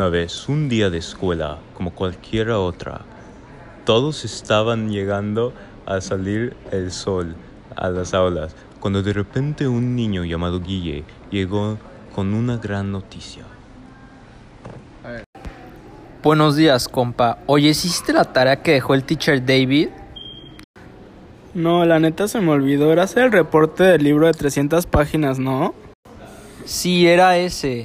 una vez un día de escuela como cualquiera otra. Todos estaban llegando a salir el sol a las aulas, cuando de repente un niño llamado Guille llegó con una gran noticia. Buenos días, compa. Oye, ¿hiciste la tarea que dejó el teacher David? No, la neta se me olvidó. Era hacer el reporte del libro de 300 páginas, ¿no? Sí, era ese.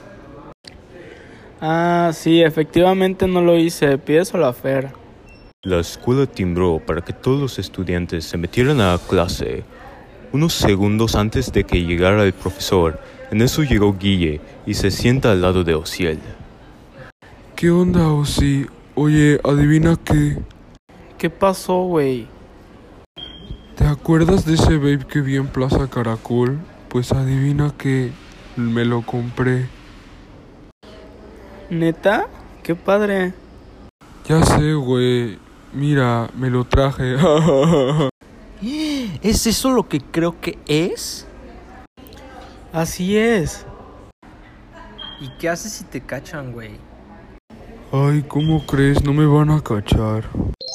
Ah, sí, efectivamente no lo hice. Pídeselo a Fer. La escuela timbró para que todos los estudiantes se metieran a clase. Unos segundos antes de que llegara el profesor, en eso llegó Guille y se sienta al lado de Ociel. ¿Qué onda, Osi? Oye, adivina qué. ¿Qué pasó, güey? ¿Te acuerdas de ese vape que vi en Plaza Caracol? Pues adivina que me lo compré. ¿Neta? ¡Qué padre! Ya sé, güey. Mira, me lo traje. ¿Es eso lo que creo que es? Así es. ¿Y qué haces si te cachan, güey? Ay, ¿cómo crees? No me van a cachar.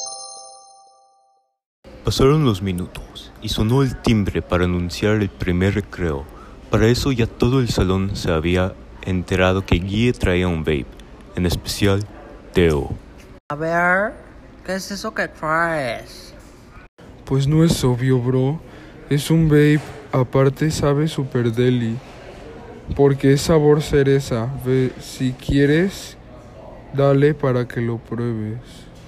Pasaron los minutos y sonó el timbre para anunciar el primer recreo. Para eso ya todo el salón se había enterado que Guille traía un vape, en especial Teo. A ver, ¿qué es eso que traes? Pues no es obvio, bro. Es un vape, aparte sabe super deli. Porque es sabor cereza. Ve, si quieres, dale para que lo pruebes.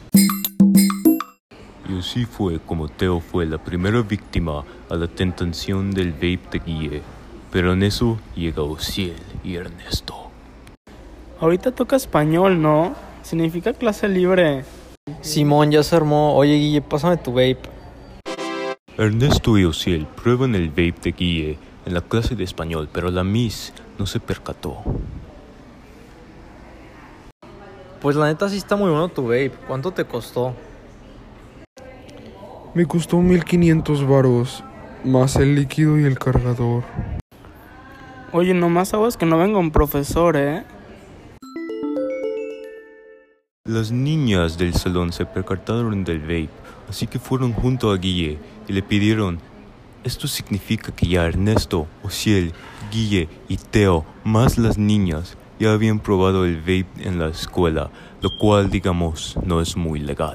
Y así fue como Teo fue la primera víctima a la tentación del vape de Guille. Pero en eso llega Ociel y Ernesto. Ahorita toca español, ¿no? Significa clase libre. Simón, ya se armó. Oye, Guille, pásame tu vape. Ernesto y Ociel prueban el vape de Guille en la clase de español, pero la Miss no se percató. Pues la neta sí está muy bueno tu vape. ¿Cuánto te costó? Me costó 1500 varos, más el líquido y el cargador. Oye, nomás aguas que no venga un profesor, ¿eh? Las niñas del salón se percataron del vape, así que fueron junto a Guille y le pidieron. Esto significa que ya Ernesto, Ociel, Guille y Teo, más las niñas, ya habían probado el vape en la escuela, lo cual, digamos, no es muy legal.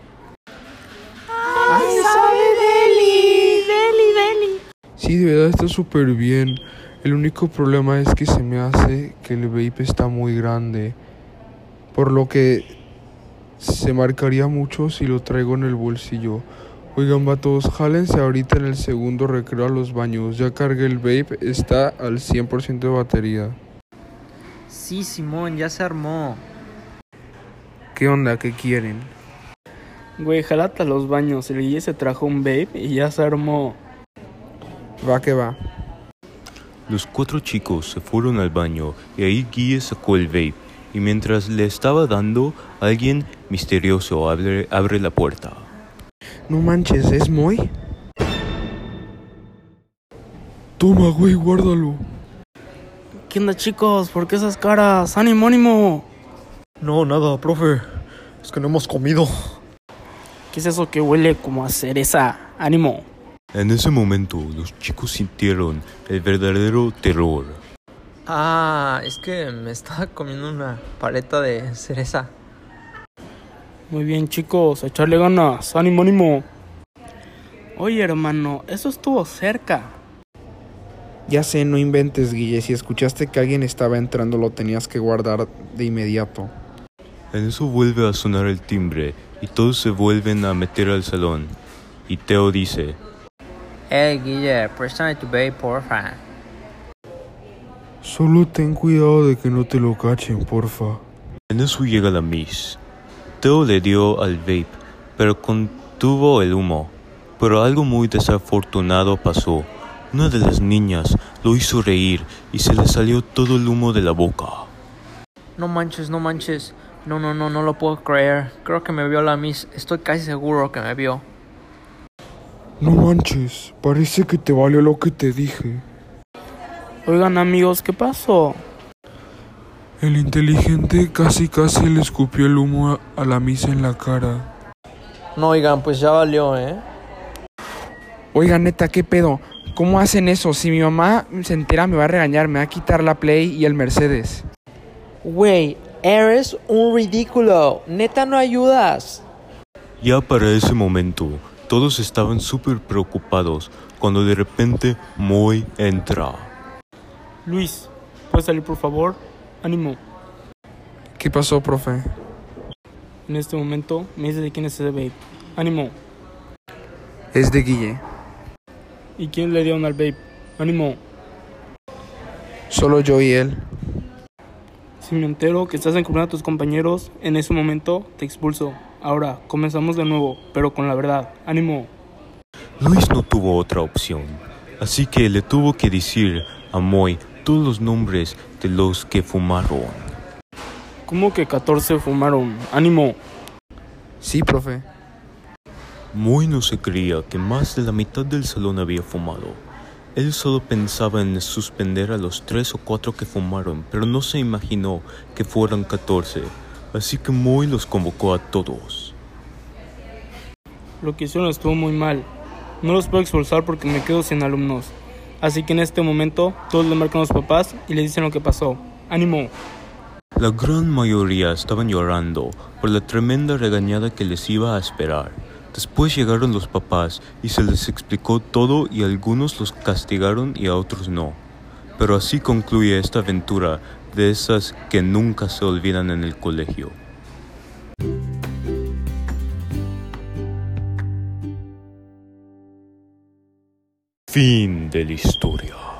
¡Ay, sabe deli! ¡Deli! Sí, de verdad está súper bien. El único problema es que se me hace que el vape está muy grande. Por lo que se marcaría mucho si lo traigo en el bolsillo. Oigan, vatos, jálense ahorita en el segundo recreo a los baños. Ya cargué el vape, está al 100% de batería. Sí, Simón, ya se armó. ¿Qué onda? ¿Qué quieren? Güey, jálate a los baños. El Guille se trajo un vape y ya se armó. Va que va. Los 4 chicos se fueron al baño y ahí Guille sacó el vape. Y mientras le estaba dando, alguien misterioso abre la puerta. No manches, ¿es Moy? Toma, güey, guárdalo. ¿Qué onda, chicos? ¿Por qué esas caras? ¡Ánimo, ánimo! No, nada, profe. Es que no hemos comido. ¿Qué es eso que huele como a cereza? ¡Ánimo! En ese momento, los chicos sintieron el verdadero terror. Ah, es que me estaba comiendo una paleta de cereza. Muy bien, chicos, a echarle ganas. ¡Ánimo, ánimo! Oye, hermano, eso estuvo cerca. Ya sé, no inventes, Guille. Si escuchaste que alguien estaba entrando, lo tenías que guardar de inmediato. En eso vuelve a sonar el timbre y todos se vuelven a meter al salón. Y Teo dice: Hey, Guille, préstame tu vape, porfa. Solo ten cuidado de que no te lo cachen, porfa. En eso llega la Miss. Teo le dio al vape, pero contuvo el humo. Pero algo muy desafortunado pasó. Una de las niñas lo hizo reír y se le salió todo el humo de la boca. No manches. No lo puedo creer. Creo que me vio la Miss. Estoy casi seguro que me vio. No manches, parece que te valió lo que te dije. Oigan, amigos, ¿qué pasó? El inteligente casi le escupió el humo a la misa en la cara. No, oigan, pues ya valió, ¿eh? Oigan, neta, ¿qué pedo? ¿Cómo hacen eso? Si mi mamá se entera me va a regañar, me va a quitar la Play y el Mercedes. Güey, eres un ridículo. Neta, no ayudas. Ya para ese momento, todos estaban súper preocupados cuando de repente Moy entra. Luis, ¿puedes salir por favor? Ánimo. ¿Qué pasó, profe? En este momento me dices de quién es ese vape. Ánimo. Es de Guille. ¿Y quién le dieron al vape? Ánimo. Solo yo y él. Si me entero que estás encubriendo a tus compañeros, en ese momento te expulso. Ahora, comenzamos de nuevo, pero con la verdad. Ánimo. Luis no tuvo otra opción, así que le tuvo que decir a Moy todos los nombres de los que fumaron. ¿Cómo que 14 fumaron? ¡Ánimo! Sí, profe. Moy no se creía que más de la mitad del salón había fumado. Él solo pensaba en suspender a los 3 o 4 que fumaron, pero no se imaginó que fueran 14, así que Moy los convocó a todos. Lo que hicieron estuvo muy mal. No los puedo expulsar porque me quedo sin alumnos. Así que en este momento todos le marcan a los papás y le dicen lo que pasó. ¡Ánimo! La gran mayoría estaban llorando por la tremenda regañada que les iba a esperar. Después llegaron los papás y se les explicó todo y algunos los castigaron y a otros no. Pero así concluye esta aventura de esas que nunca se olvidan en el colegio. Fin de la historia.